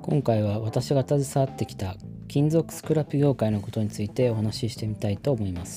今回は私が携わってきた金属スクラップ業界のことについてお話ししてみたいと思います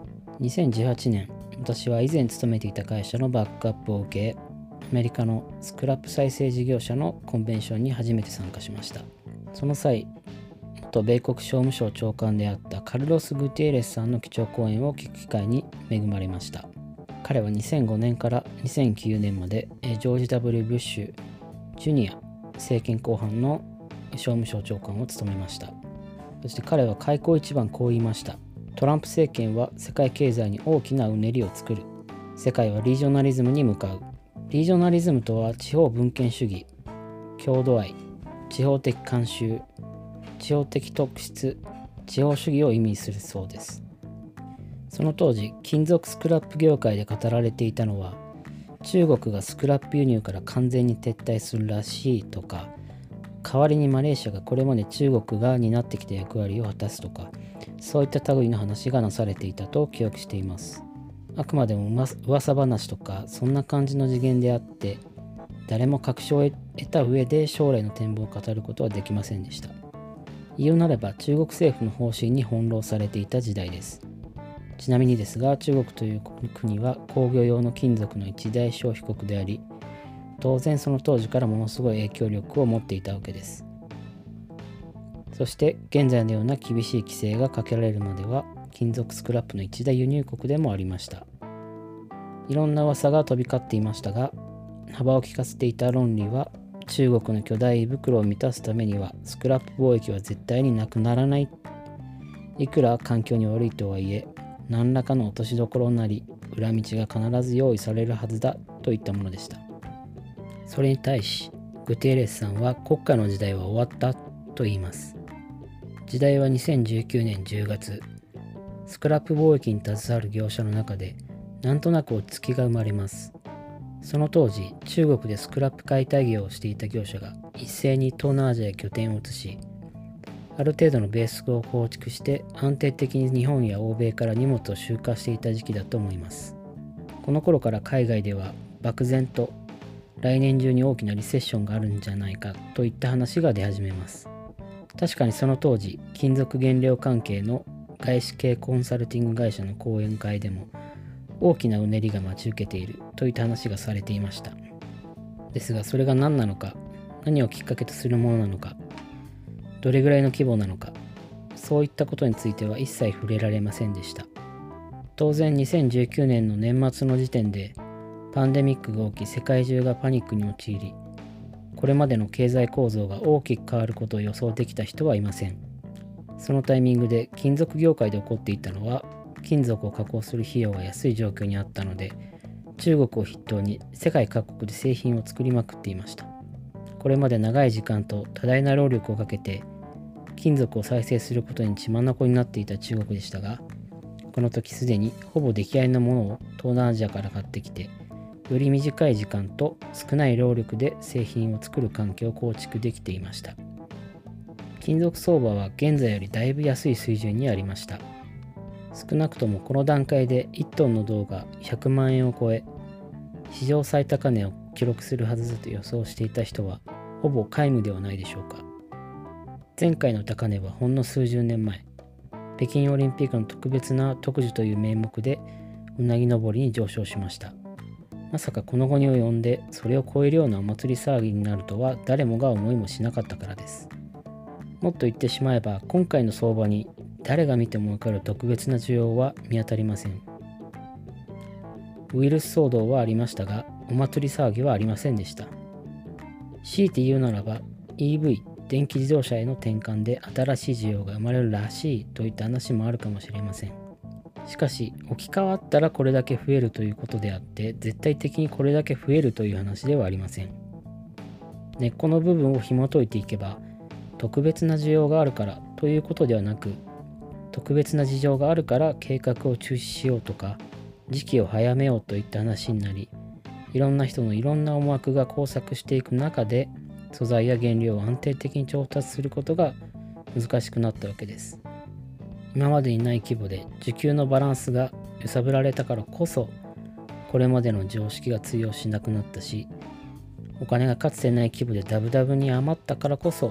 。2018年、私は以前勤めていた会社のバックアップを受け、アメリカのスクラップ再生事業者のコンベンションに初めて参加しました。その際、元米国商務省長官であったカルロス・グティエレスさんの基調講演を聞く機会に恵まれました。彼は2005年から2009年までジョージ・ W. ブッシュ・ジュニア政権後半の商務省長官を務めました。そして彼は開口一番こう言いました。トランプ政権は世界経済に大きなうねりを作る。世界はリージョナリズムに向かう。リージョナリズムとは地方分権主義、郷土愛、地方的慣習、地方的特質、地方主義を意味するそうです。その当時、金属スクラップ業界で語られていたのは、中国がスクラップ輸入から完全に撤退するらしいとか、代わりにマレーシアがこれまで中国が担ってきた役割を果たすとか、そういった類の話がなされていたと記憶しています。あくまでも噂話とかそんな感じの次元であって、誰も確証を得た上で将来の展望を語ることはできませんでした。言うなれば中国政府の方針に翻弄されていた時代です。ちなみにですが、中国という国は工業用の金属の一大消費国であり、当然その当時からものすごい影響力を持っていたわけです。そして現在のような厳しい規制がかけられるまでは金属スクラップの一大輸入国でもありました。いろんな噂が飛び交っていましたが、幅を利かせていた論理は、中国の巨大胃袋を満たすためにはスクラップ貿易は絶対になくならない。いくら環境に悪いとはいえ、何らかの落としどころなり裏道が必ず用意されるはずだといったものでした。それに対しグテーレスさんは国家の時代は終わったと言います。時代は2019年10月、スクラップ貿易に携わる業者の中でなんとなく落ち着きが生まれます。その当時、中国でスクラップ解体業をしていた業者が一斉に東南アジアへ拠点を移し、ある程度のベースを構築して安定的に日本や欧米から荷物を集荷していた時期だと思います。この頃から海外では漠然と来年中に大きなリセッションがあるんじゃないかといった話が出始めます。確かにその当時、金属原料関係の外資系コンサルティング会社の講演会でも大きなうねりが待ち受けているといった話がされていました。ですがそれが何なのか、何をきっかけとするものなのか、どれぐらいの規模なのか、そういったことについては一切触れられませんでした。当然2019年の年末の時点でパンデミックが起き、世界中がパニックに陥り、これまでの経済構造が大きく変わることを予想できた人はいません。そのタイミングで金属業界で起こっていたのは、金属を加工する費用が安い状況にあったので、中国を筆頭に世界各国で製品を作りまくっていました。これまで長い時間と多大な労力をかけて金属を再生することに血眼になっていた中国でしたが、この時すでにほぼ出来合いのものを東南アジアから買ってきて、より短い時間と少ない労力で製品を作る環境を構築できていました。金属相場は現在よりだいぶ安い水準にありました。少なくともこの段階で1トンの銅が100万円を超え、史上最高値を記録するはずだと予想していた人はほぼ皆無ではないでしょうか。前回の高値はほんの数十年前、北京オリンピックの特別な特需という名目でうなぎ登りに上昇しました。まさかこの後に及んでそれを超えるようなお祭り騒ぎになるとは誰もが思いもしなかったからです。もっと言ってしまえば、今回の相場に誰が見てもわかる特別な需要は見当たりません。ウイルス騒動はありましたが、お祭り騒ぎはありませんでした。強いて言うならば EV、電気自動車への転換で新しい需要が生まれるらしいといった話もあるかもしれません。しかし置き換わったらこれだけ増えるということであって、絶対的にこれだけ増えるという話ではありません。根っこの部分を紐解いていけば、特別な需要があるからということではなく、特別な事情があるから計画を中止しようとか、時期を早めようといった話になり、いろんな人のいろんな思惑が交錯していく中で、素材や原料を安定的に調達することが難しくなったわけです。今までにない規模で需給のバランスが揺さぶられたからこそ、これまでの常識が通用しなくなったし、お金がかつてない規模でダブダブに余ったからこそ、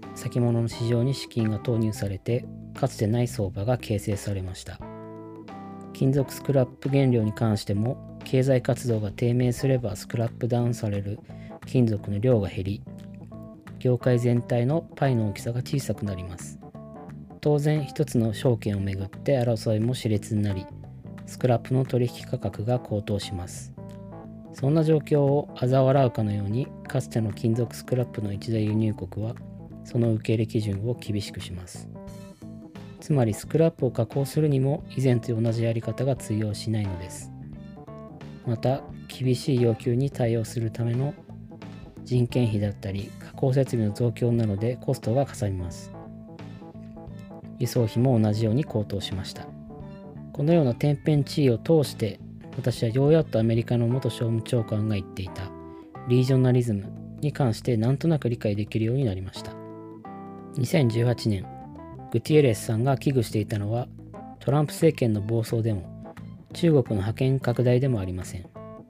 先物の市場に資金が投入されて、かつてない相場が形成されました。金属スクラップ原料に関しても、経済活動が低迷すればスクラップダウンされる金属の量が減り、業界全体のパイの大きさが小さくなります。当然一つの証券をめぐって争いも熾烈になり、スクラップの取引価格が高騰します。そんな状況を嘲笑うかのように、かつての金属スクラップの一大輸入国はその受け入れ基準を厳しくします。つまりスクラップを加工するにも以前と同じやり方が通用しないのです。また厳しい要求に対応するための人件費だったり加工設備の増強などでコストがかさみます。輸送費も同じように高騰しました。このような天変地異を通して、私はようやっとアメリカの元商務長官が言っていたリージョナリズムに関してなんとなく理解できるようになりました。2018年、グティエレスさんが危惧していたのは、トランプ政権の暴走でも中国の覇権拡大でもありません。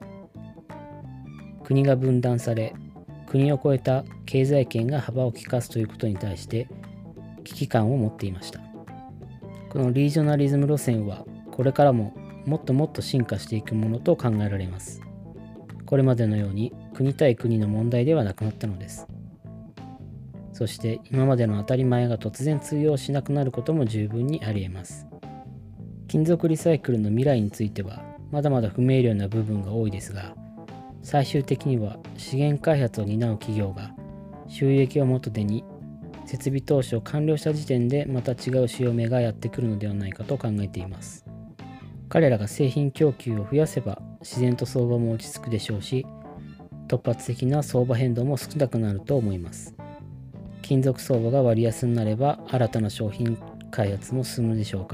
国が分断され、国を超えた経済圏が幅を利かすということに対して危機感を持っていました。このリージョナリズム路線はこれからももっともっと進化していくものと考えられます。これまでのように国対国の問題ではなくなったのです。そして今までの当たり前が突然通用しなくなることも十分にあり得ます。金属リサイクルの未来についてはまだまだ不明瞭な部分が多いですが、最終的には資源開発を担う企業が収益を元手に設備投資を完了した時点でまた違う潮目がやってくるのではないかと考えています。彼らが製品供給を増やせば自然と相場も落ち着くでしょうし、突発的な相場変動も少なくなると思います。金属相場が割安になれば新たな商品開発も進むでしょうから、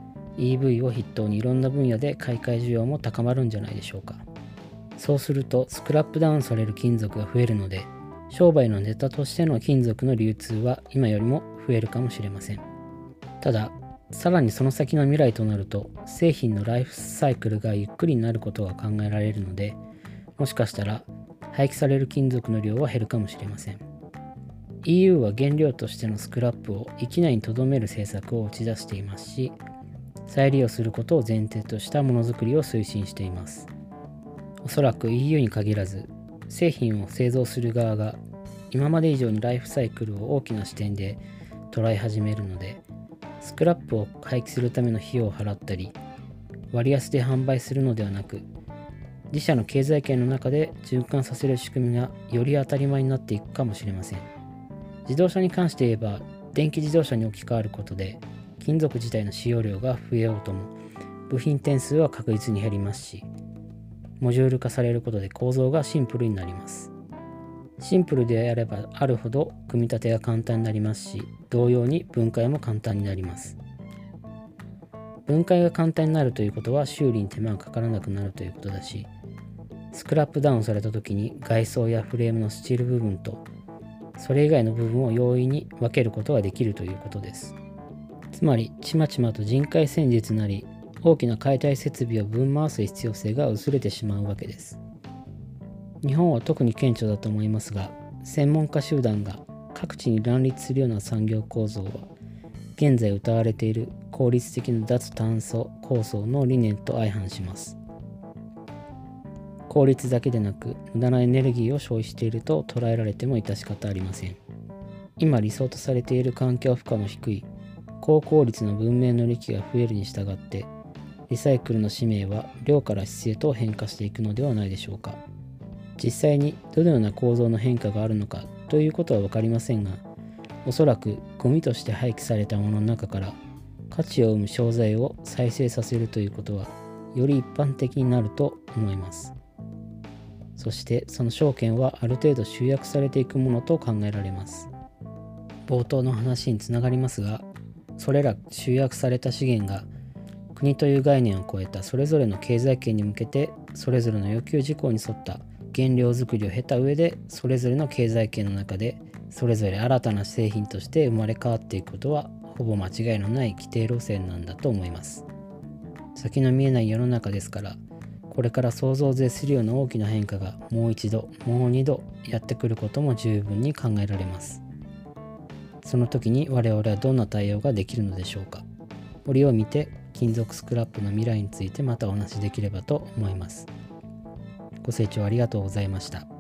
EV を筆頭にいろんな分野で買い替え需要も高まるんじゃないでしょうか。そうするとスクラップダウンされる金属が増えるので、商売のネタとしての金属の流通は今よりも増えるかもしれません。ただ、さらにその先の未来となると、製品のライフサイクルがゆっくりになることが考えられるので、もしかしたら廃棄される金属の量は減るかもしれません。EU は原料としてのスクラップを域内に留める政策を打ち出していますし、再利用することを前提としたものづくりを推進しています。おそらく EU に限らず、製品を製造する側が今まで以上にライフサイクルを大きな視点で捉え始めるので、スクラップを廃棄するための費用を払ったり、割安で販売するのではなく、自社の経済圏の中で循環させる仕組みがより当たり前になっていくかもしれません。自動車に関して言えば、電気自動車に置き換わることで金属自体の使用量が増えようとも、部品点数は確実に減りますし、モジュール化されることで構造がシンプルになります。シンプルであればあるほど組み立てが簡単になりますし、同様に分解も簡単になります。分解が簡単になるということは修理に手間がかからなくなるということだし、スクラップダウンされた時に外装やフレームのスチール部分とそれ以外の部分を容易に分けることができるということです。つまりちまちまと人海戦術なり大きな解体設備を分回す必要性が薄れてしまうわけです。日本は特に顕著だと思いますが、専門家集団が各地に乱立するような産業構造は、現在謳われている効率的な脱炭素構想の理念と相反します。効率だけでなく無駄なエネルギーを消費していると捉えられても致し方ありません。今理想とされている環境負荷の低い高効率の文明の利器が増えるに従って、リサイクルの使命は量から質へと変化していくのではないでしょうか。実際にどのような構造の変化があるのかということは分かりませんが、おそらくゴミとして廃棄されたものの中から価値を生む商材を再生させるということはより一般的になると思います。そしてその証券はある程度集約されていくものと考えられます。冒頭の話につながりますが、それら集約された資源が国という概念を超えたそれぞれの経済圏に向けてそれぞれの要求事項に沿った原料作りを経た上で、それぞれの経済圏の中でそれぞれ新たな製品として生まれ変わっていくことはほぼ間違いのない規定路線なんだと思います。先の見えない世の中ですから、これから想像を絶するような大きな変化がもう一度もう二度やってくることも十分に考えられます。 その時に我々はどんな対応ができるのでしょうか。折を見て金属スクラップの未来についてまたお話しできればと思います。ご清聴ありがとうございました。